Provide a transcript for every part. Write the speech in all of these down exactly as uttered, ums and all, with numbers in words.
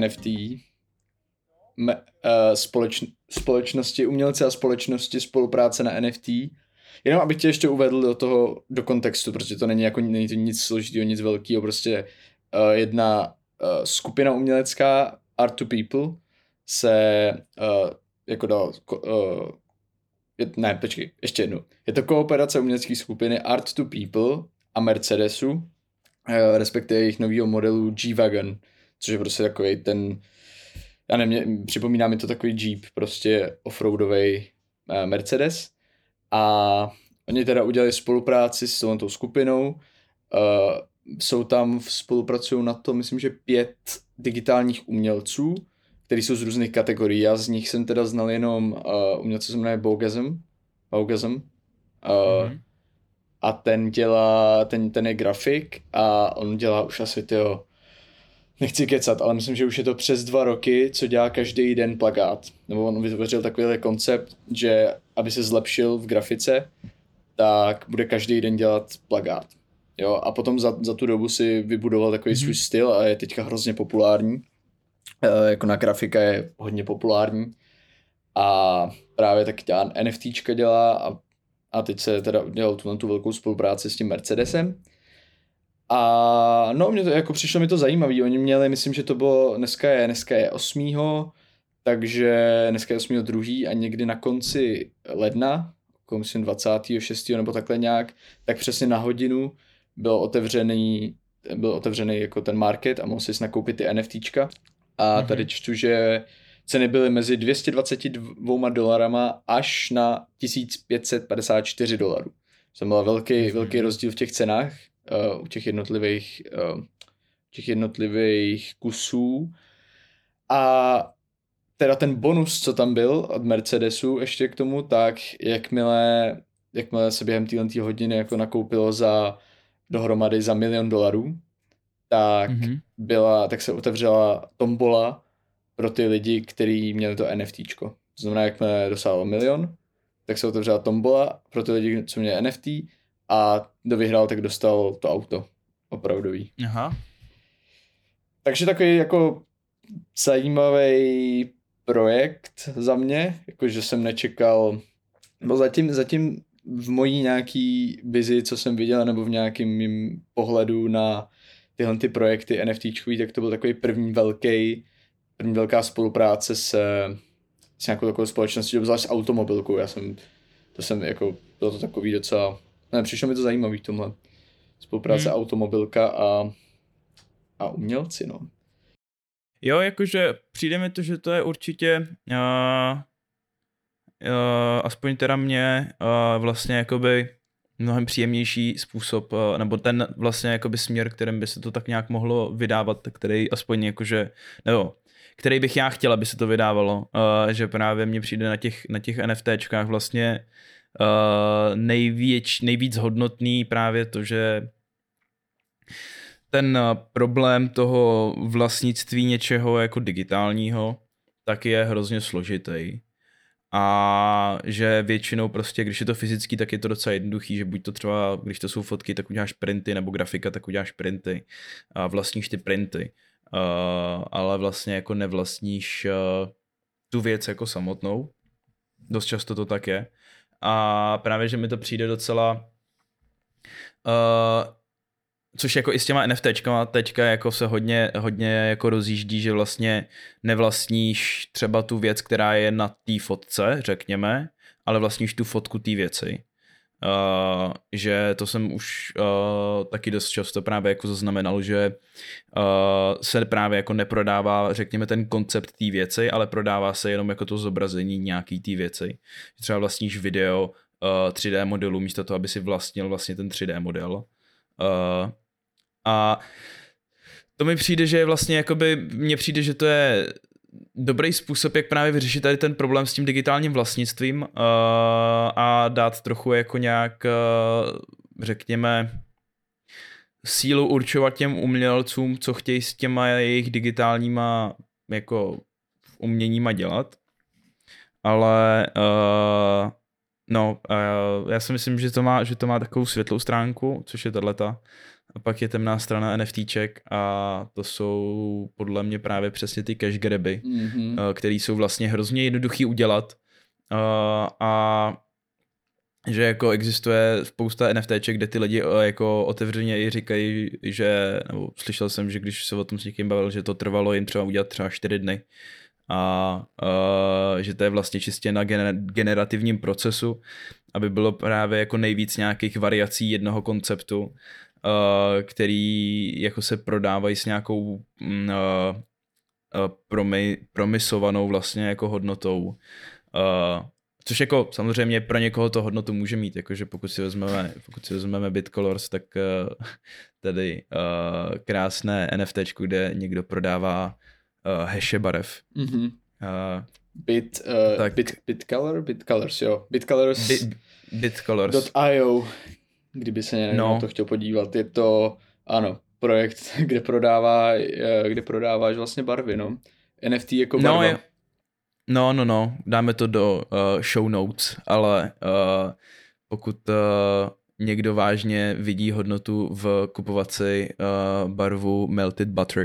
N F T, me, uh, společ, společnosti, umělce a společnosti, spolupráce na N F T. Jenom abych tě ještě uvedl do toho, do kontextu, protože to není jako není to nic složitého, nic velkého, prostě uh, jedna uh, skupina umělecká, Art to People, se uh, jako dal, uh, je, ne, počkej, ještě jednou. Je to kooperace umělecké skupiny Art to People a Mercedesu, uh, respektive jejich nového modelu G-Wagon, což je prostě takový ten, já nevím, připomíná mi to takový Jeep, prostě offroadový uh, Mercedes. A oni teda udělali spolupráci s tou skupinou, uh, jsou tam, spolupracují na to, myslím, že pět digitálních umělců, který jsou z různých kategorií. Já z nich jsem teda znal jenom uh, umělce, se jmenuje Bogasm, Bogasm. Uh, mm-hmm. A ten dělá, ten, ten je grafik a on dělá už asi tyjo, nechci kecat, ale myslím, že už je to přes dva roky, co dělá každý den plakát. Nebo on vytvořil takovýhle koncept, že aby se zlepšil v grafice, tak bude každý den dělat plakát. Jo, a potom za, za tu dobu si vybudoval takový mm-hmm. svůj styl a je teďka hrozně populární. E, jako na grafika je hodně populární. A právě tak dělá NFTčka dělá a, a teď se teda dělal tu, tu velkou spolupráci s tím Mercedesem. A no, mě to, jako přišlo mi to zajímavý, oni měli, myslím, že to bylo, dneska je, dneska je osmého takže dneska je osmého druhého a někdy na konci ledna, jako myslím dvacátého šestého nebo takhle nějak, tak přesně na hodinu byl otevřený, byl otevřený jako ten market a mohl si nakoupit ty NFTčka a tady čtu, že ceny byly mezi dvě stě dvacet dva dolarama až na tisíc pět set padesát čtyři dolarů. To byl velký, velký rozdíl v těch cenách. Uh, u těch jednotlivých, uh, těch jednotlivých kusů. A teda ten bonus, co tam byl od Mercedesu ještě k tomu, tak jakmile, jakmile se během této hodiny jako nakoupilo za dohromady za milion dolarů, tak mm-hmm. byla, tak se otevřela tombola pro ty lidi, kteří měli to NFTčko. To znamená, jakmile dosáhlo milion, tak se otevřela tombola pro ty lidi, co měli N F T a kdo vyhrál, tak dostal to auto. Opravdový. Aha. Takže takový jako zajímavý projekt za mě, jakože jsem nečekal, bo zatím, zatím v mojí nějaký vizi, co jsem viděl, nebo v nějakým mým pohledu na tyhle ty projekty NFTčkový, tak to byl takový první velký, první velká spolupráce s, s nějakou takovou společností, obzvlášť s automobilkou. Já jsem, to jsem jako, bylo to takový docela, ne, přišlo mi to zajímavý v tomhle. Spolupráce hmm. automobilka a, a umělci, no. Jo, jakože přijde mi to, že to je určitě uh, uh, aspoň teda mě uh, vlastně jakoby mnohem příjemnější způsob, uh, nebo ten vlastně jakoby směr, kterým by se to tak nějak mohlo vydávat, který aspoň jakože, nebo který bych já chtěl, aby se to vydávalo, uh, že právě mně přijde na těch, na těch NFTčkách vlastně uh, nejvíc, nejvíc hodnotný právě to, že ten problém toho vlastnictví něčeho jako digitálního tak je hrozně složitý. A že většinou prostě, když je to fyzický, tak je to docela jednoduchý, že buď to třeba, když to jsou fotky, tak uděláš printy, nebo grafika, tak uděláš printy. A vlastníš ty printy. Uh, ale vlastně jako nevlastníš uh, tu věc jako samotnou. Dost často to tak je. A právě, že mi to přijde docela... Uh, Což jako i s těma NFTčkama teďka jako se hodně, hodně jako rozjíždí, že vlastně nevlastníš třeba tu věc, která je na té fotce, řekněme, ale vlastníš tu fotku té věci. Uh, že to jsem už uh, taky dost často právě jako zaznamenal, že uh, se právě jako neprodává, řekněme, ten koncept té věci, ale prodává se jenom jako to zobrazení nějaký té věci. Třeba vlastníš video uh, tři dé modelu místo toho, aby si vlastnil vlastně ten tři dé model. Uh, a to mi přijde, že je vlastně jakoby, mně přijde, že to je dobrý způsob, jak právě vyřešit tady ten problém s tím digitálním vlastnictvím uh, a dát trochu jako nějak, uh, řekněme, sílu určovat těm umělcům, co chtějí s těma jejich digitálníma jako uměníma dělat. Ale uh, no, uh, já si myslím, že to má, že to má takovou světlou stránku, což je tato. a pak je temná strana NFTček a to jsou podle mě právě přesně ty cash graby, mm-hmm. který jsou vlastně hrozně jednoduchý udělat a že jako existuje spousta NFTček, kde ty lidi jako otevřeně i říkají, že, nebo slyšel jsem, že když se o tom s někým bavil, že to trvalo jim třeba udělat třeba čtyři dny a uh, že to je vlastně čistě na gener- generativním procesu, aby bylo právě jako nejvíc nějakých variací jednoho konceptu, uh, který jako se prodávají s nějakou uh, uh, promi- promisovanou vlastně jako hodnotou. Uh, Což jako samozřejmě pro někoho to hodnotu může mít, jakože pokud si vezmeme, pokud si vezmeme BitColors, tak uh, tady uh, krásné NFTčko, kde někdo prodává uh, hashe barev. Mm-hmm. Uh, Bit, uh, tak, bit, BitColor? BitColors, jo. BitColors. Bit, BitColors. .io, kdyby se někdo no. na to chtěl podívat. Je to, ano, projekt, kde prodává, kde prodáváš vlastně barvy, no. N F T jako barva. No, je... No, no, no, dáme to do uh, show notes, ale uh, pokud uh, někdo vážně vidí hodnotu v kupovat si uh, barvu Melted Butter,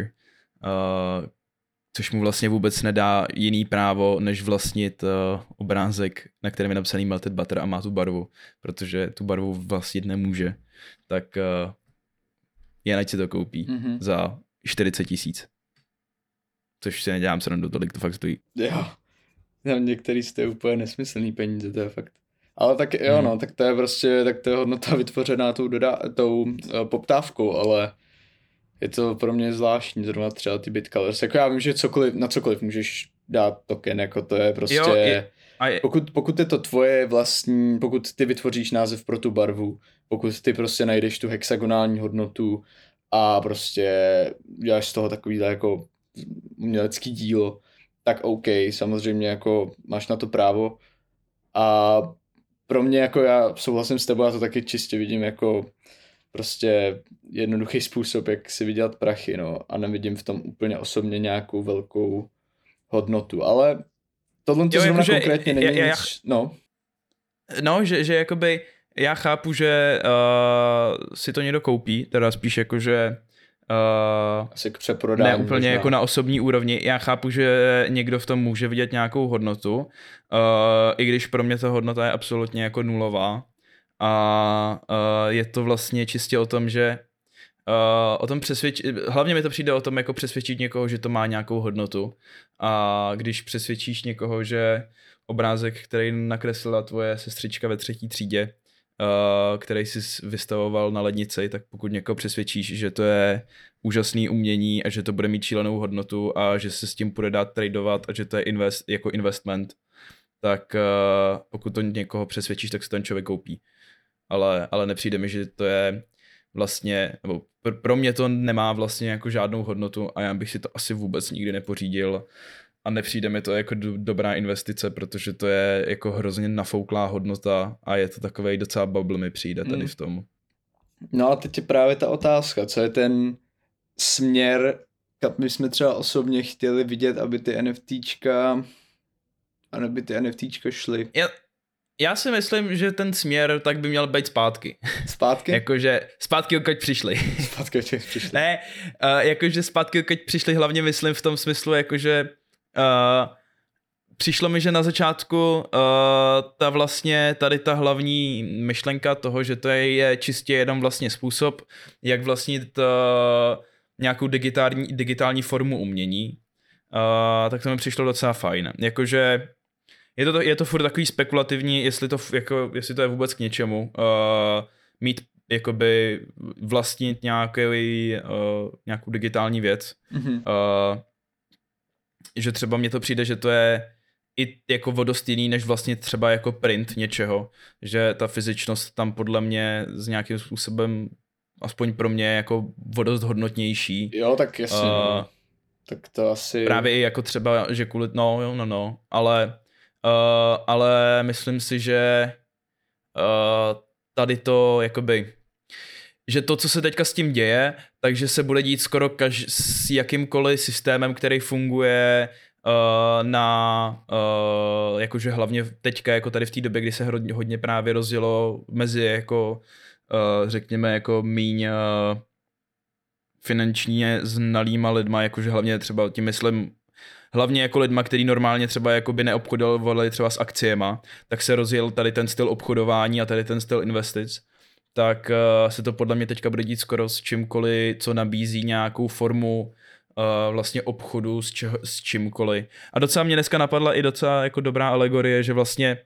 uh, což mu vlastně vůbec nedá jiný právo, než vlastnit uh, obrázek, na kterém je napsaný Melted Butter a má tu barvu, protože tu barvu vlastnit nemůže, tak uh, jen ať si to koupí mm-hmm. za čtyřicet tisíc. Což si nedělám srandu, tolik to fakt stojí. Jo. Některý jste úplně nesmyslný peníze, to je fakt. Ale tak jo, hmm. no, tak to je prostě, tak to je hodnota vytvořená tou, doda- tou uh, poptávkou, ale je to pro mě zvláštní, zrovna třeba ty BitColors. Jako já vím, že cokoliv, na cokoliv můžeš dát token, jako to je prostě, jo, je, je... Pokud, pokud je to tvoje vlastní, pokud ty vytvoříš název pro tu barvu, pokud ty prostě najdeš tu hexagonální hodnotu a prostě děláš z toho takovýhle jako umělecký dílo, tak OK, samozřejmě jako máš na to právo a pro mě jako já souhlasím s tebou, já to taky čistě vidím jako prostě jednoduchý způsob, jak si vydělat prachy, no, a nevidím v tom úplně osobně nějakou velkou hodnotu, ale tohle to zrovna konkrétně není já, já, nic, no. No, že, že jakoby já chápu, že uh, si to někdo koupí, teda spíš jako, že Uh, Asi k přeprodání. Ne úplně možná. Jako na osobní úrovni. Já chápu, že někdo v tom může vidět nějakou hodnotu, uh, i když pro mě ta hodnota je absolutně jako nulová. A uh, je to vlastně čistě o tom, že uh, o tom přesvědčit, hlavně mi to přijde o tom jako přesvědčit někoho, že to má nějakou hodnotu. A když přesvědčíš někoho, že obrázek, který nakreslila tvoje sestřička ve třetí třídě, Uh, který jsi vystavoval na lednici, tak pokud někoho přesvědčíš, že to je úžasný umění a že to bude mít šílenou hodnotu a že se s tím bude dát tradovat a že to je invest, jako investment, tak uh, pokud to někoho přesvědčíš, tak se ten člověk koupí. Ale, ale nepřijde mi, že to je vlastně, nebo pr- pro mě to nemá vlastně jako žádnou hodnotu a já bych si to asi vůbec nikdy nepořídil. A nepřijde mi to jako do, dobrá investice, protože to je jako hrozně nafouklá hodnota a je to takovej docela bubble mi přijde tady hmm. v tom. No a teď je právě ta otázka, co je ten směr, kam my jsme třeba osobně chtěli vidět, aby ty NFTčka, aby ty NFTčka šly. Já, já si myslím, že ten směr tak by měl být zpátky. Zpátky? Jakože zpátky, odkud přišli. Zpátky, odkud přišli. Ne, uh, jakože zpátky, odkud přišli, hlavně myslím v tom smyslu, jakože Uh, přišlo mi, že na začátku uh, ta vlastně tady ta hlavní myšlenka toho, že to je, je čistě jenom vlastně způsob, jak vlastnit uh, nějakou digitální, digitální formu umění, uh, tak to mi přišlo docela fajn. Jakože je to, je to furt takový spekulativní, jestli to, jako, jestli to je vůbec k něčemu, uh, mít jakoby vlastnit nějaký, uh, nějakou digitální věc. Mm-hmm. Uh, že třeba mně to přijde, že to je i jako vodost jiný, než vlastně třeba jako print něčeho, že ta fyzičnost tam podle mě z nějakým způsobem, aspoň pro mě, jako vodost hodnotnější. Jo, tak jasně, uh, no. Tak to asi... Právě i jako třeba, že kvůli, no, jo, no, no, ale, uh, ale myslím si, že uh, tady to, jakoby, že to, co se teďka s tím děje, takže se bude dít skoro kaž- s jakýmkoliv systémem, který funguje uh, na, uh, jakože hlavně teďka, jako tady v té době, kdy se hodně, hodně právě rozjelo mezi jako, uh, řekněme, jako míň uh, finančně znalýma lidma, jakože hlavně třeba tím myslím, hlavně jako lidma, který normálně třeba jakoby neobchodovali třeba s akciema, tak se rozjel tady ten styl obchodování a tady ten styl investic, tak uh, se to podle mě teďka bude dít skoro s čímkoliv, co nabízí nějakou formu uh, vlastně obchodu s, čeho, s čímkoliv. A docela mě dneska napadla i docela jako dobrá alegorie, že vlastně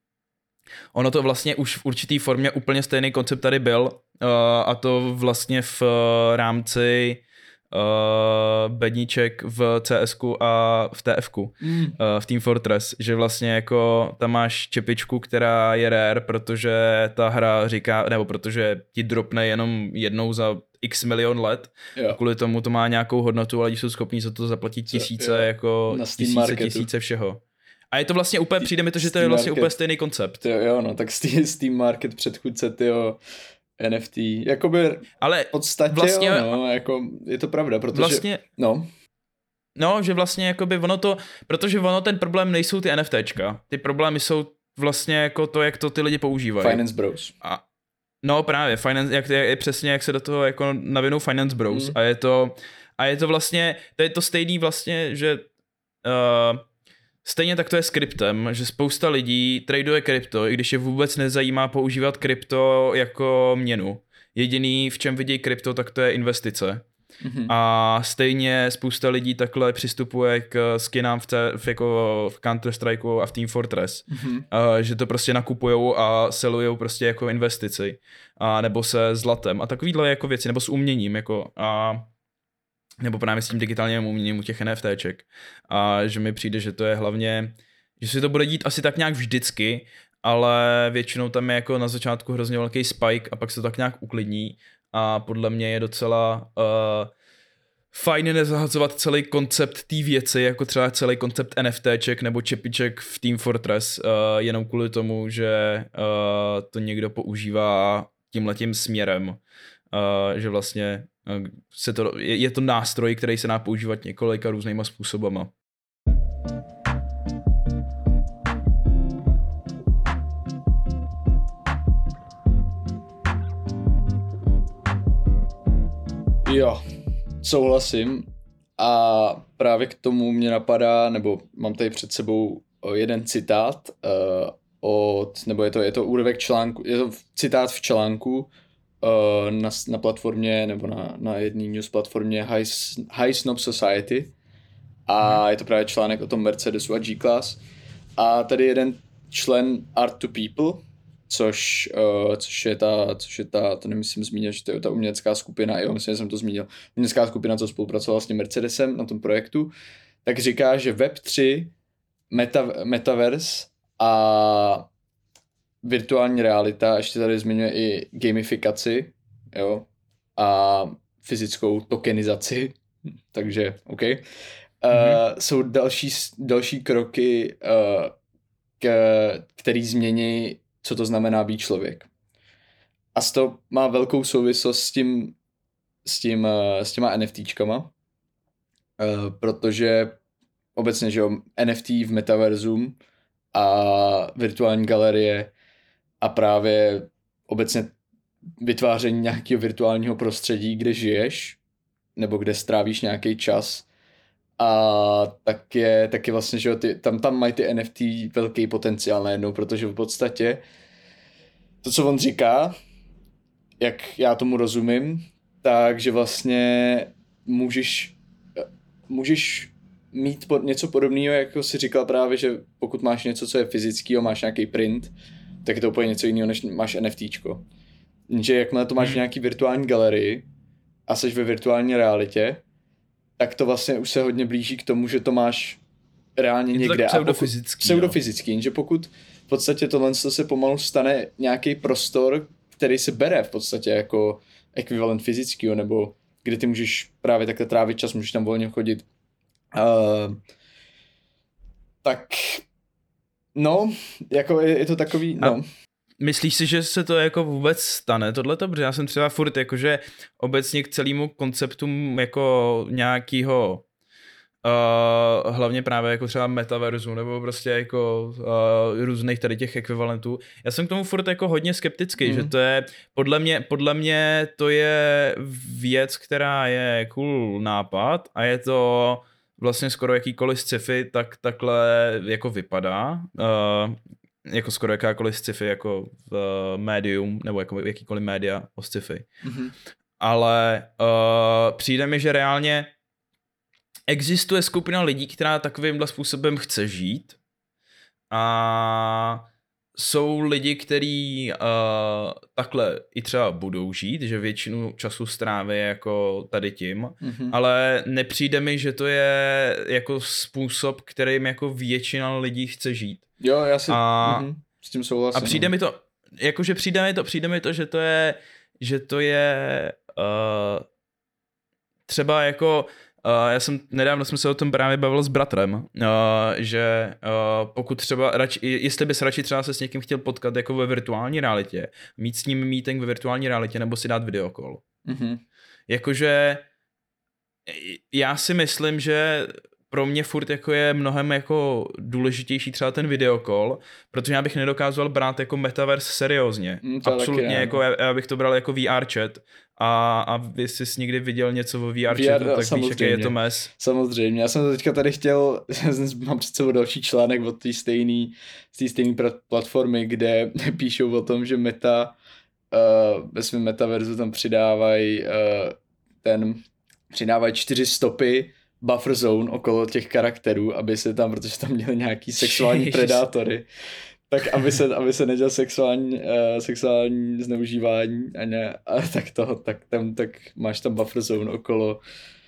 ono to vlastně už v určitý formě úplně stejný koncept tady byl uh, a to vlastně v uh, rámci uh, bedníček v CSku a v TFku, mm. uh, v Team Fortress, že vlastně jako tam máš čepičku, která je rare, protože ta hra říká, nebo protože ti dropne jenom jednou za x milion let, jo. A kvůli tomu to má nějakou hodnotu, ale lidi jsou schopní za to zaplatit tisíce, jo. Jako tisíce, marketu. tisíce všeho. A je to vlastně úplně, přijde mi to, že to je vlastně Market, úplně stejný koncept. Jo, jo, no, tak Steam Market předchůdce, tyjo, N F T, jakoby ale v podstatě, vlastně, jo, no, jako je to pravda, protože, vlastně, no. No, že vlastně jakoby ono to, protože ono ten problém nejsou ty NFTčka, ty problémy jsou vlastně jako to, jak to ty lidi používají. Finance Bros. A, no právě, finance, jak, je přesně jak se do toho jako navinou Finance Bros. Mm. A je to, a je to vlastně, to je to stejný vlastně, že uh, stejně tak to je s kryptem, že spousta lidí traduje krypto, i když je vůbec nezajímá používat krypto jako měnu. Jediný, v čem vidí krypto, tak to je investice. Mm-hmm. A stejně spousta lidí takhle přistupuje k skinám v, te, v, jako v Counter-Strikeu a v Team Fortress. Mm-hmm. A, že to prostě nakupujou a sellujou prostě jako investici. A nebo se zlatem a takovýhle jako věci, nebo s uměním. Jako a nebo právě s tím digitálním uměním u těch NFTček. A že mi přijde, že to je hlavně, že se to bude dít asi tak nějak vždycky, ale většinou tam je jako na začátku hrozně velký spike a pak se to tak nějak uklidní a podle mě je docela uh, fajn nezahazovat celý koncept té věci, jako třeba celý koncept NFTček nebo čepiček v Team Fortress, uh, jenom kvůli tomu, že uh, to někdo používá tímhletím směrem, uh, že vlastně se to, je, je to nástroj, který se dá používat několika různýma způsobama. Jo, souhlasím a právě k tomu mě napadá, nebo mám tady před sebou jeden citát uh, od, nebo je to, je to úryvek článku, je to citát v článku Na, na platformě nebo na, na jedné news platformě High, High Snob Society a je to právě článek o tom Mercedesu a G-Class a tady jeden člen Art to People, což, uh, což je ta, což je ta, to nemyslím zmínit, že to je ta umělecká skupina, jo, myslím, že jsem to zmínil, umělecká skupina, co spolupracovala s tím Mercedesem na tom projektu, tak říká, že web tři, meta, Metaverse a virtuální realita, ještě tady zmiňuje i gamifikaci, jo, a fyzickou tokenizaci, takže OK. Mm-hmm. Uh, jsou další, další kroky, uh, k, který změní, co to znamená být člověk. A to má velkou souvislost s tím, s tím, uh, s těma NFTčkama, uh, protože obecně, že jo, N F T v metaverzum a virtuální galerie a právě obecně vytváření nějakého virtuálního prostředí, kde žiješ, nebo kde strávíš nějaký čas. A tak je, tak je vlastně, že ty, tam, tam mají ty N F T velký potenciál najednou, protože v podstatě to, co on říká, jak já tomu rozumím, takže vlastně můžeš, můžeš mít něco podobného, jako si říkal právě, že pokud máš něco, co je fyzického, máš nějaký print, tak je to úplně něco jiného, než máš NFTčko. Že jakmile to máš v nějaký virtuální galerii a seš ve virtuální realitě, tak to vlastně už se hodně blíží k tomu, že to máš reálně je to někde. Pseudofyzický. Pseudofyzický, jenže pokud v podstatě tohle se pomalu stane nějaký prostor, který se bere v podstatě jako ekvivalent fyzického, nebo kde ty můžeš právě takhle trávit čas, můžeš tam volně chodit. Uh, tak no, jako je, je to takový, no. Myslíš si, že se to jako vůbec stane tohleto? Protože já jsem třeba furt jakože obecně k celému konceptu jako nějakého Uh, hlavně právě jako třeba metaverzu nebo prostě jako uh, různých tady těch ekvivalentů. Já jsem k tomu furt jako hodně skeptický, mm. že to je, podle mě, podle mě to je věc, která je cool nápad a je to vlastně skoro jakýkoliv sci-fi, tak takhle jako vypadá. Uh, jako skoro jakákoliv sci-fi jako v uh, médium nebo jako jakýkoliv média o sci-fi. Mm-hmm. Ale uh, přijde mi, že reálně existuje skupina lidí, která takovýmhle způsobem chce žít a jsou lidi, kteří uh, takhle i třeba budou žít, že většinu času stráví jako tady tím, mm-hmm. ale nepřijde mi, že to je jako způsob, kterým jako většina lidí chce žít. Jo, já si a, mm-hmm, s tím souhlasím. A přijde mi to, jakože přijde mi to, přijde mi to, že to je, že to je uh, třeba jako Uh, já jsem, nedávno jsme se o tom právě bavil s bratrem, uh, že uh, pokud třeba, radši, jestli bys radši třeba se s někým chtěl potkat jako ve virtuální realitě, mít s ním meeting ve virtuální realitě, nebo si dát videokol. Mm-hmm. Jakože já si myslím, že pro mě furt jako je mnohem jako důležitější třeba ten videokol, protože já bych nedokázal brát jako metaverse seriózně. Mm, Absolutně, jako já, já bych to bral jako V R chat a, a jestli jsi někdy viděl něco o V R, V R chatu, tak víš, jaký je to mes. Samozřejmě, já jsem to teďka tady chtěl, mám před sebou další článek od té stejné platformy, kde píšou o tom, že Meta uh, ve svém metaverzu tam přidávají uh, ten, přidávají čtyři stopy buffer zone okolo těch charakterů, aby se tam, protože tam měli nějaký sexuální predátory, tak aby se, aby se nedělal sexuální, uh, sexuální zneužívání a, ne, a tak toho, tak tam tak máš tam buffer zone okolo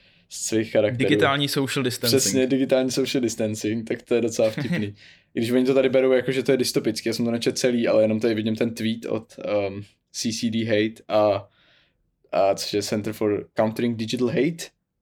svých charakterů. Digitální social distancing. Přesně, digitální social distancing, tak to je docela vtipný. I když oni to tady berou jako, že to je dystopický, já jsem to nečetl celý, ale jenom tady vidím ten tweet od um, C C D Hate a, a což je Center for Countering Digital Hate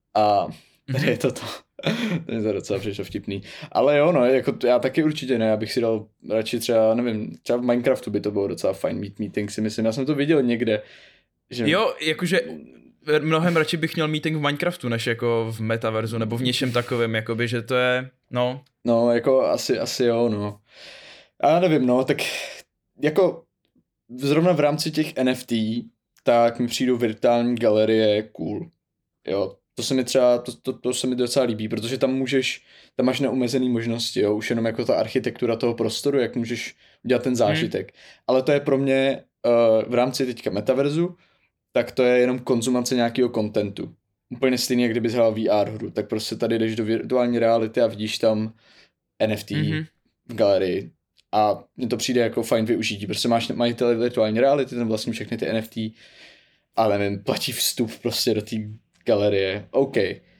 a tady je to to. To je to docela přišlo vtipný. Ale jo, no, jako já taky určitě ne, já bych si dal radši třeba, nevím, třeba v Minecraftu by to bylo docela fajn mít meeting, si myslím, já jsem to viděl někde. Že... Jo, jakože mnohem radši bych měl meeting v Minecraftu, než jako v metaverzu, nebo v něčem takovém, jakoby, že to je, no. No, jako asi, asi jo, no. Já nevím, no, tak jako zrovna v rámci těch N F T, tak mi přijdou virtuální galerie cool, jo. To se mi třeba, to, to, to se mi docela líbí, protože tam můžeš, tam máš neomezený možnosti, jo, už jenom jako ta architektura toho prostoru, jak můžeš udělat ten zážitek. Hmm. Ale to je pro mě uh, v rámci teďka metaverzu, tak to je jenom konzumace nějakého kontentu. Úplně stejně, jak kdybys hrál V R hru, tak prostě tady jdeš do virtuální reality a vidíš tam N F T mm-hmm. v galerii. A mně to přijde jako fajn využití, protože máš majitele virtuální reality, tam vlastně všechny ty N F T, ale nevím, platí vstup prostě do té galerie, OK.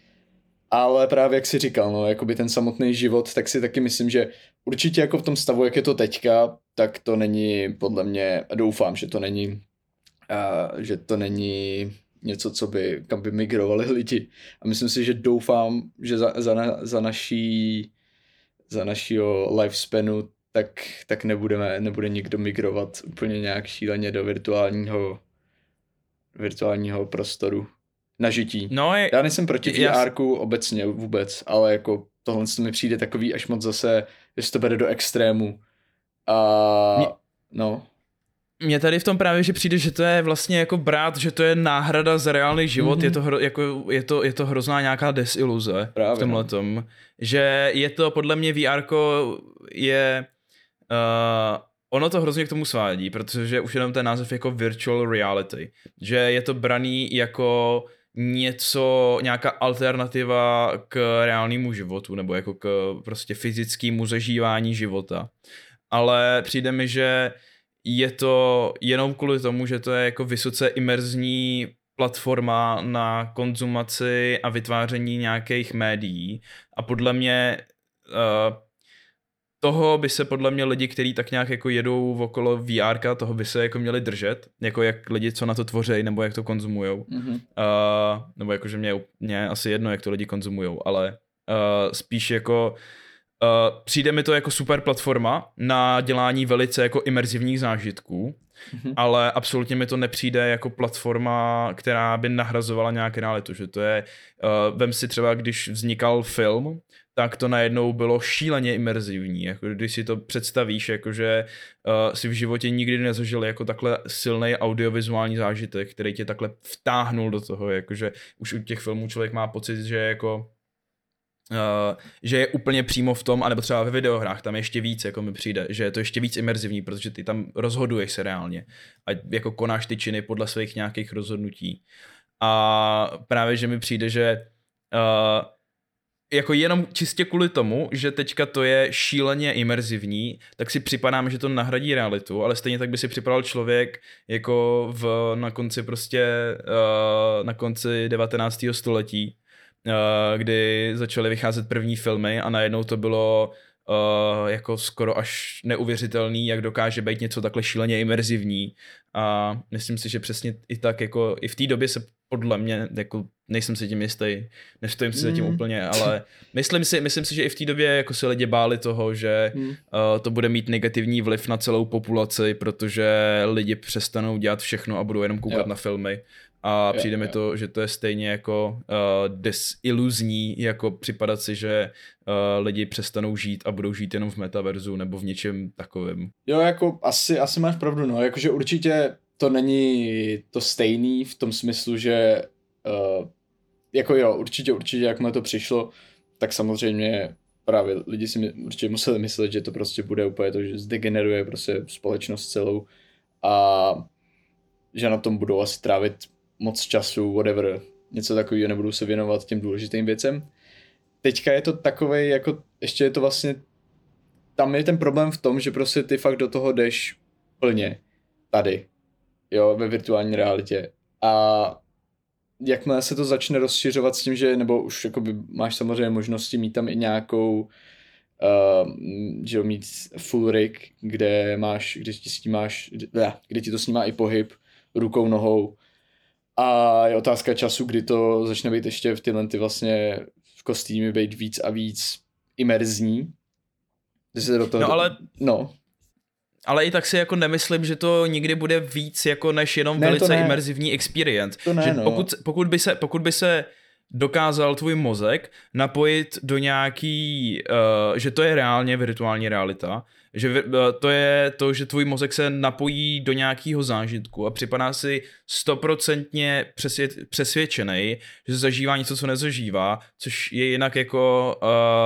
Ale právě jak jsi říkal, no, jakoby ten samotný život, tak si taky myslím, že určitě jako v tom stavu, jak je to teďka, tak to není podle mě, doufám, že to není, uh, že to není něco, co by, kam by migrovali lidi. A myslím si, že doufám, že za, za, na, za naší, za našího lifespanu tak, tak nebudeme, nebude nikdo migrovat úplně nějak šíleně do virtuálního, virtuálního prostoru. Na žití. No, je, já nejsem proti V R-ku obecně vůbec, ale jako tohle mi přijde takový až moc zase, že to bere do extrému. A mě, no. Mně tady v tom právě, že přijde, že to je vlastně jako brát, že to je náhrada za reálný život, mm-hmm. je, to hro, jako, je, to, je to hrozná nějaká desiluze právě, v tomhletom. No. Že je to podle mě V R-ko je... Uh, ono to hrozně k tomu svádí, protože už jenom ten název jako virtual reality, že je to braný jako něco, nějaká alternativa k reálnému životu, nebo jako k prostě fyzickému zažívání života. Ale přijde mi, že je to jenom kvůli tomu, že to je jako vysoce imerzní platforma na konzumaci a vytváření nějakých médií. A podle mě uh, toho by se podle mě lidi, kteří tak nějak jako jedou okolo V R ka, toho by se jako měli držet, jako jak lidi, co na to tvoří, nebo jak to konzumujou. Mm-hmm. Uh, nebo jako, že mě, mě asi jedno, jak to lidi konzumujou, ale uh, spíš jako přijde mi to jako super platforma na dělání velice jako imerzivních zážitků, mm-hmm. ale absolutně mi to nepřijde jako platforma, která by nahrazovala nějaký realitu, že to je, uh, vem si třeba, když vznikal film, tak to najednou bylo šíleně imerzivní, jako když si to představíš, jakože uh, si v životě nikdy nezažil jako takhle silný audiovizuální zážitek, který tě takhle vtáhnul do toho, jakože už u těch filmů člověk má pocit, že jako Uh, že je úplně přímo v tom, anebo třeba ve videohrách tam ještě víc, jako mi přijde, že je to ještě víc imerzivní, protože ty tam rozhoduješ se reálně a jako konáš ty činy podle svých nějakých rozhodnutí. A právě, že mi přijde, že uh, jako jenom čistě kvůli tomu, že teďka to je šíleně imerzivní, tak si připadám, že to nahradí realitu, ale stejně tak by si připadal člověk jako v, na konci prostě uh, na konci devatenáctého století, kdy začaly vycházet první filmy a najednou to bylo uh, jako skoro až neuvěřitelný, jak dokáže být něco takhle šíleně imerzivní a myslím si, že přesně i tak jako i v té době se podle mě, jako nejsem si tím jistý, nestojím si mm. za tím úplně, ale myslím si, myslím si, že i v té době jako se lidi báli toho, že mm. uh, to bude mít negativní vliv na celou populaci, protože lidi přestanou dělat všechno a budou jenom koukat jo. na filmy. A přijde jo, mi to, jo. že to je stejně jako uh, desiluzní, jako připadat si, že uh, lidi přestanou žít a budou žít jenom v metaverzu nebo v něčem takovém. Jo, jako asi, asi máš pravdu, no, jakože určitě to není to stejný v tom smyslu, že uh, jako jo, určitě, určitě, jak mi to přišlo, tak samozřejmě právě lidi si určitě museli myslet, že to prostě bude úplně to, že zdegeneruje prostě společnost celou a že na tom budou asi trávit moc času, whatever, něco takového, nebudou se věnovat těm důležitým věcem. Teďka je to takovej, jako ještě je to vlastně, tam je ten problém v tom, že prostě ty fakt do toho jdeš plně tady, jo, ve virtuální realitě. A jakmile se to začne rozšiřovat s tím, že, nebo už jakoby máš samozřejmě možnosti mít tam i nějakou, uh, že mít full rig, kde máš, kde ti s tím máš, kde, kde ti to snímá i pohyb rukou, nohou. A je otázka času, kdy to začne být ještě v tyhle ty vlastně v kostýmy být víc a víc imerzní. Se do toho no ale... No. Ale i tak si jako nemyslím, že to nikdy bude víc jako než jenom ne, velice imerzivní experience. To ne, že no. pokud, pokud, by se, pokud by se dokázal tvůj mozek napojit do nějaký, uh, že to je reálně virtuální realita, že uh, to je to, že tvůj mozek se napojí do nějakého zážitku a připadá si stoprocentně přesvěd, přesvědčený, že zažívá něco, co nezažívá, což je jinak jako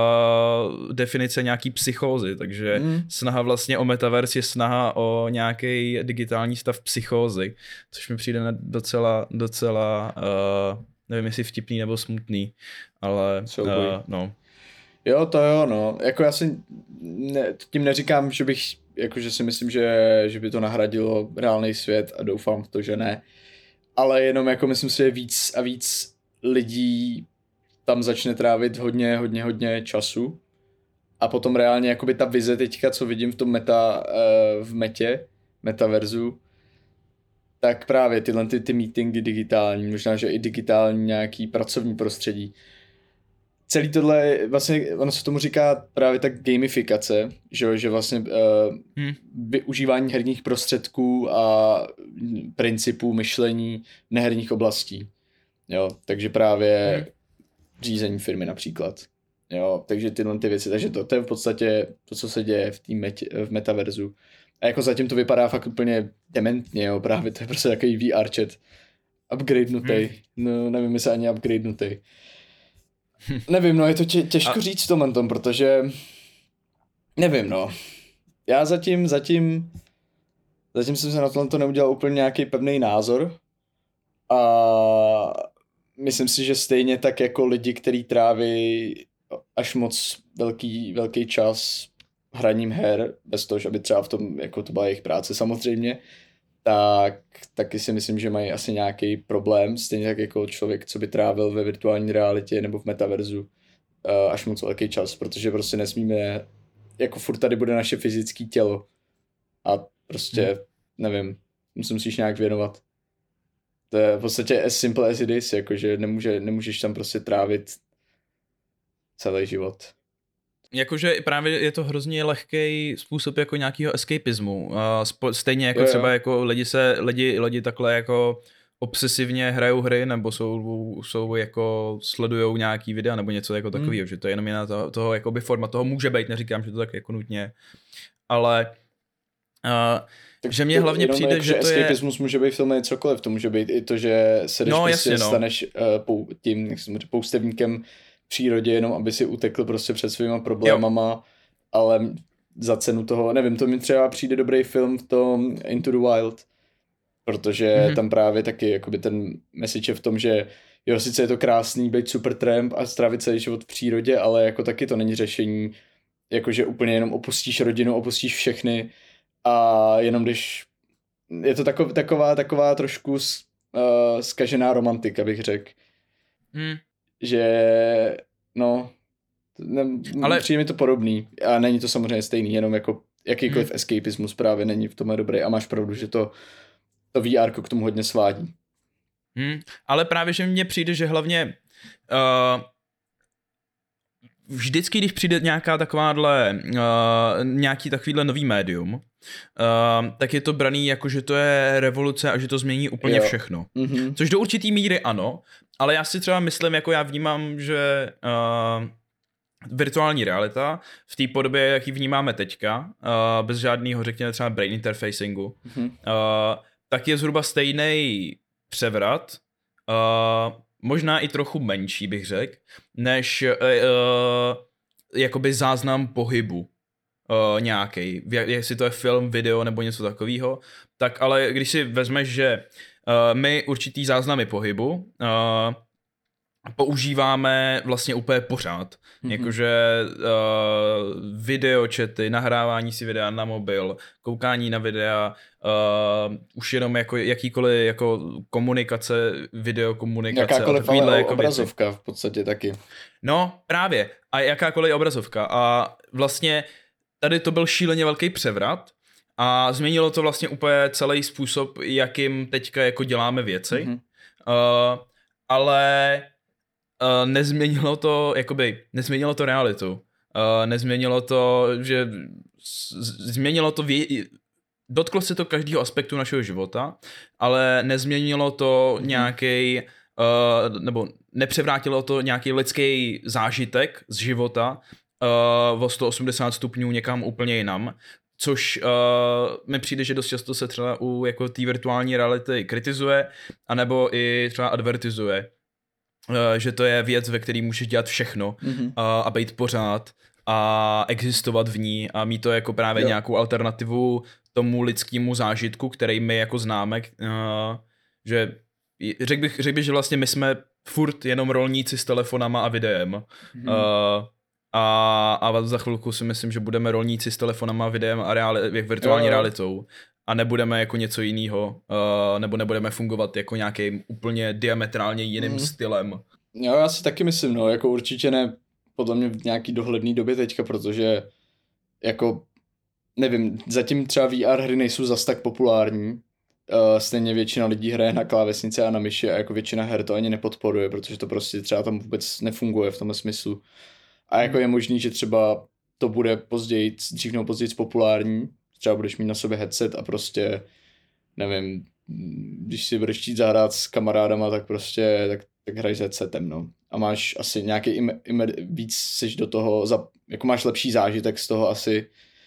uh, definice nějaký psychózy, takže mm. snaha vlastně o metaverse je snaha o nějaký digitální stav psychózy, což mi přijde docela, docela uh, nevím, jestli vtipný nebo smutný, ale uh, no. Jo, to jo, no. Jako já si ne, tím neříkám, že bych, jako že si myslím, že, že by to nahradilo reálný svět a doufám v to, že ne. Ale jenom jako myslím si, že víc a víc lidí tam začne trávit hodně, hodně, hodně času. A potom reálně jakoby ta vize teďka, co vidím v tom meta, v metě, metaverzu, tak právě tyhle ty, ty meetingy digitální, možná, že i digitální nějaký pracovní prostředí. Celý tohle, vlastně, ono se tomu říká právě tak gamifikace, že, že vlastně uh, hmm. využívání herních prostředků a principů myšlení neherních oblastí. Jo, takže právě hmm. řízení firmy například. Jo, takže tyhle ty věci, takže to, to je v podstatě to, co se děje v, metě, v metaverzu. A jako zatím to vypadá fakt úplně dementně, jo, právě to je prostě takový V R chat. Upgradenutý. Hmm. No, nevím, jestli ani upgradenutý. Nevím, no, je to tě, těžko A... říct v tomhle tom, protože nevím, no. Já zatím, zatím zatím jsem se na tohle neudělal úplně nějaký pevný názor a myslím si, že stejně tak jako lidi, kteří tráví až moc velký, velký čas hraním her, bez toho, že aby třeba v tom, jako to byla jejich práce samozřejmě, tak taky si myslím, že mají asi nějaký problém, stejně tak jako člověk, co by trávil ve virtuální realitě nebo v metaverzu uh, až moc velký čas, protože prostě nesmíme, jako furt tady bude naše fyzické tělo a prostě, hmm. nevím, musím musíš nějak věnovat. To je v podstatě as simple as it is, jakože nemůže, nemůžeš tam prostě trávit celý život. Jakože právě je to hrozně lehký způsob jako nějakého escapismu. Stejně jako Jo, jo. třeba jako lidi se, lidi, lidi takhle jako obsesivně hrajou hry, nebo jsou, jsou jako sledujou nějaký videa, nebo něco jako Hmm. takového, že to je jenom jiná toho, toho jakoby forma, toho může být, neříkám, že to tak jako nutně, ale uh, Tak že mně hlavně jenom přijde, jako, že to je... escapismus může být v tom cokoliv, to může být i to, že se jdeš No, prostě, jasně, no. staneš uh, pou, tím, jak jsem řekl, poustevníkem v přírodě, jenom aby si utekl prostě před svýma problémama, jo. Ale za cenu toho, nevím, to mi třeba přijde dobrý film v tom Into the Wild, protože mm-hmm. tam právě taky jakoby ten message je v tom, že jo, sice je to krásný být super tramp a strávit celý život v přírodě, ale jako taky to není řešení, jakože úplně jenom opustíš rodinu, opustíš všechny a jenom když je to takov, taková, taková trošku uh, zkažená romantika, bych řekl. Hmm. Že no ne, ale... přijde mi to podobný a není to samozřejmě stejný, jenom jako jakýkoliv hmm. escapismus právě není v tomhle dobrý a máš pravdu, že to to V R k tomu hodně svádí. Hmm, ale právě, že mně přijde, že hlavně uh, vždycky, když přijde nějaká takováhle, uh, nějaký takovýhle nový médium, uh, tak je to braný jako, že to je revoluce a že to změní úplně jo. všechno. Mm-hmm. Což do určitý míry ano, ale já si třeba myslím, jako já vnímám, že uh, virtuální realita v té podobě, jak ji vnímáme teďka, uh, bez žádného, řekněme třeba brain interfacingu, mm-hmm. uh, tak je zhruba stejný převrat, uh, možná i trochu menší, bych řekl, než uh, uh, jakoby záznam pohybu uh, nějaký, jestli to je film, video nebo něco takového, tak ale když si vezmeš, že uh, my určitý záznamy pohybu uh, používáme vlastně úplně pořád. Mm-hmm. Jakože uh, videočety, nahrávání si videa na mobil, koukání na videa, uh, už jenom jako jakýkoliv jako komunikace, videokomunikace. Jakákoliv a ale jako obrazovka věci. V podstatě taky. No, právě. A jakákoliv obrazovka. A vlastně tady to byl šíleně velký převrat a změnilo to vlastně úplně celý způsob, jakým teďka jako děláme věci. Mm-hmm. Uh, ale Uh, nezměnilo to, jakoby, nezměnilo to realitu. Uh, nezměnilo to, že z- změnilo to, vě- dotklo se to každého aspektu našeho života, ale nezměnilo to mm-hmm. nějaký, uh, nebo nepřevrátilo to nějaký lidský zážitek z života uh, o sto osmdesát stupňů někam úplně jinam, což uh, mi přijde, že dost často se třeba u jako té virtuální reality kritizuje, anebo i třeba advertizuje. Že to je věc, ve které můžeš dělat všechno mm-hmm. a, a být pořád a existovat v ní a mít to jako právě jo. nějakou alternativu tomu lidskému zážitku, který my jako známe, uh, že řekl bych, řek bych, že vlastně my jsme furt jenom rolníci s telefonama a videem mm-hmm. uh, a, a za chvilku si myslím, že budeme rolníci s telefonama, videem a reali- jak virtuální jo, jo. realitou. A nebudeme jako něco jiného, uh, nebo nebudeme fungovat jako nějakým úplně diametrálně jiným mm. stylem. Jo, já si taky myslím, no, jako určitě ne, podle mě v nějaký dohledný době teďka, protože jako, nevím, zatím třeba V R hry nejsou zas tak populární, uh, stejně většina lidí hraje na klávesnici a na myši a jako většina her to ani nepodporuje, protože to prostě třeba tam vůbec nefunguje v tomhle smyslu. A jako mm. je možný, že třeba to bude později, dřív nebo později populární, třeba budeš mít na sobě headset a prostě, nevím, když si budeš chtít zahrát s kamarádama, tak prostě, tak, tak hraj s headsetem, no. A máš asi nějaký, im, im, víc seš do toho, za, jako máš lepší zážitek z toho asi,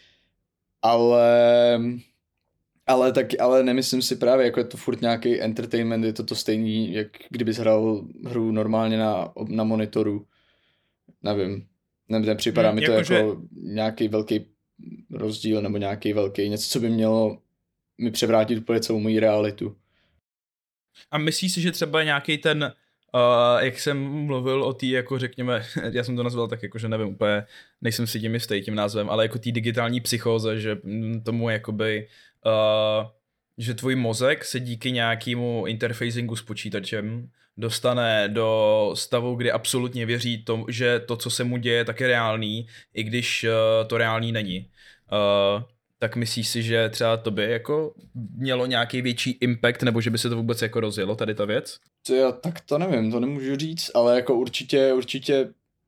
ale, ale tak, ale nemyslím si právě, jako je to furt nějaký entertainment, je to to stejný, jak kdybys hrál hru normálně na, na monitoru, nevím, nepřipadá hmm, mi to jako, jako že... nějaký velký rozdíl nebo nějaký velký, něco, co by mělo mi převrátit úplně celou moji realitu. A myslíš si, že třeba nějaký ten, uh, jak jsem mluvil o té, jako řekněme, já jsem to nazval tak jako, že nevím úplně, nejsem si tím jistý tím názvem, ale jako té digitální psychóze, že tomu jakoby, uh, že tvůj mozek se díky nějakému interfacingu s počítačem dostane do stavu, kdy absolutně věří tomu, že to, co se mu děje, tak je reálný, i když uh, to reálný není. Uh, tak myslíš si, že třeba to by jako mělo nějaký větší impact, nebo že by se to vůbec jako rozjelo, tady ta věc? To já, tak to nevím, to nemůžu říct, ale jako určitě, určitě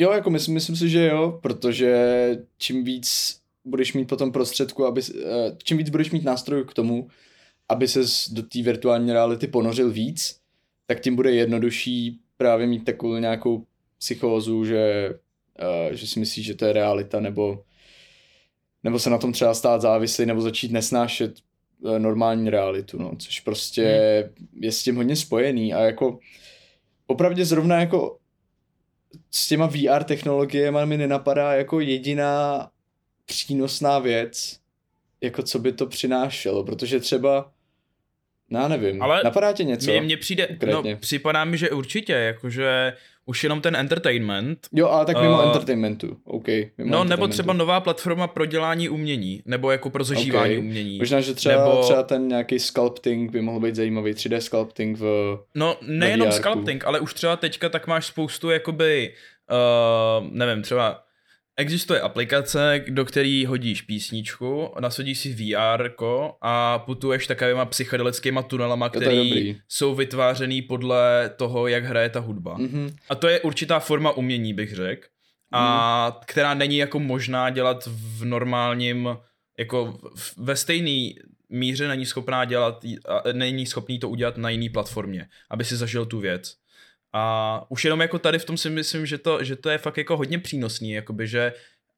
Jo, jako myslím, myslím si, že jo, protože čím víc budeš mít potom prostředku, aby, čím víc budeš mít nástrojů k tomu, aby ses do té virtuální reality ponořil víc, tak tím bude jednodušší právě mít takovou nějakou psychózu, že, uh, že si myslíš, že to je realita, nebo, nebo se na tom třeba stát závislý, nebo začít nesnášet uh, normální realitu, no, což prostě hmm. je s tím hodně spojený a jako opravdu zrovna jako s těma V R technologiemi mi nenapadá jako jediná přínosná věc, jako co by to přinášelo, protože třeba no, já nevím, ale napadá tě něco? Mně přijde, konkrétně? No připadá mi, že určitě, jakože už jenom ten entertainment. Jo, ale tak mimo uh, entertainmentu, OK. Mimo no nebo třeba nová platforma pro dělání umění, nebo jako pro zažívání okay. umění. Možná, že třeba, nebo... třeba ten nějaký sculpting by mohl být zajímavý, tři dé sculpting v No nejenom sculpting, ale už třeba teďka tak máš spoustu jakoby, uh, nevím, třeba existuje aplikace, do který hodíš písničku, nasadíš si V R a putuješ takovýma psychedelickýma tunelama, který jsou vytvářený podle toho, jak hraje ta hudba. Mm-hmm. A to je určitá forma umění, bych řekl. A mm. která není jako možná dělat v normálním, jako ve stejné míře není schopná dělat, není schopný to udělat na jiný platformě, aby si zažil tu věc. A už jenom jako tady v tom si myslím, že to, že to je fakt jako hodně přínosný, jakoby, že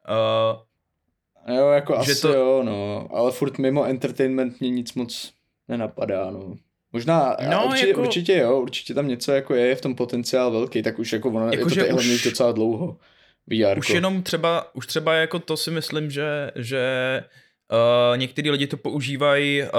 uh, jo, jako asi to... jo, no, ale furt mimo entertainment mě nic moc nenapadá, no. Možná, no, určitě, jako... určitě jo, určitě tam něco jako je, je v tom potenciál velký, tak už jako ono, jako je to tady hlavně už docela dlouho, V R. Už jenom třeba, už třeba jako to si myslím, že, že uh, některý lidi to používají uh,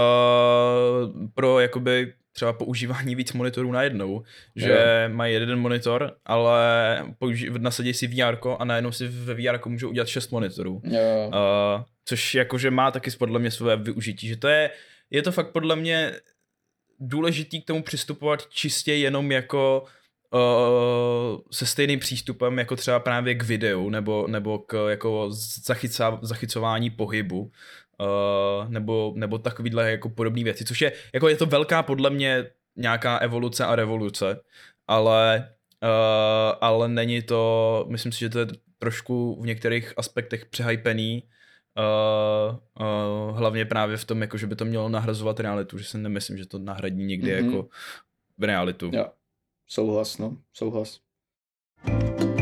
pro jakoby třeba používání víc monitorů najednou, že jo. Mají jeden monitor, ale použi- nasadí si V R a najednou si ve V R můžou udělat šest monitorů. Jo. Uh, což jakože má taky podle mě své využití, že to je, je to fakt podle mě důležitý k tomu přistupovat čistě jenom jako uh, se stejným přístupem jako třeba právě k videu nebo, nebo k jako zachyca- zachycování pohybu. Uh, nebo, nebo takovýhle jako podobné věci, což je, jako je to velká podle mě nějaká evoluce a revoluce, ale, uh, ale není to, myslím si, že to je trošku v některých aspektech přehypený, uh, uh, hlavně právě v tom, jako, že by to mělo nahrazovat realitu, že si nemyslím, že to nahradí nikdy mm-hmm. jako realitu. Jo, souhlas, no, souhlas.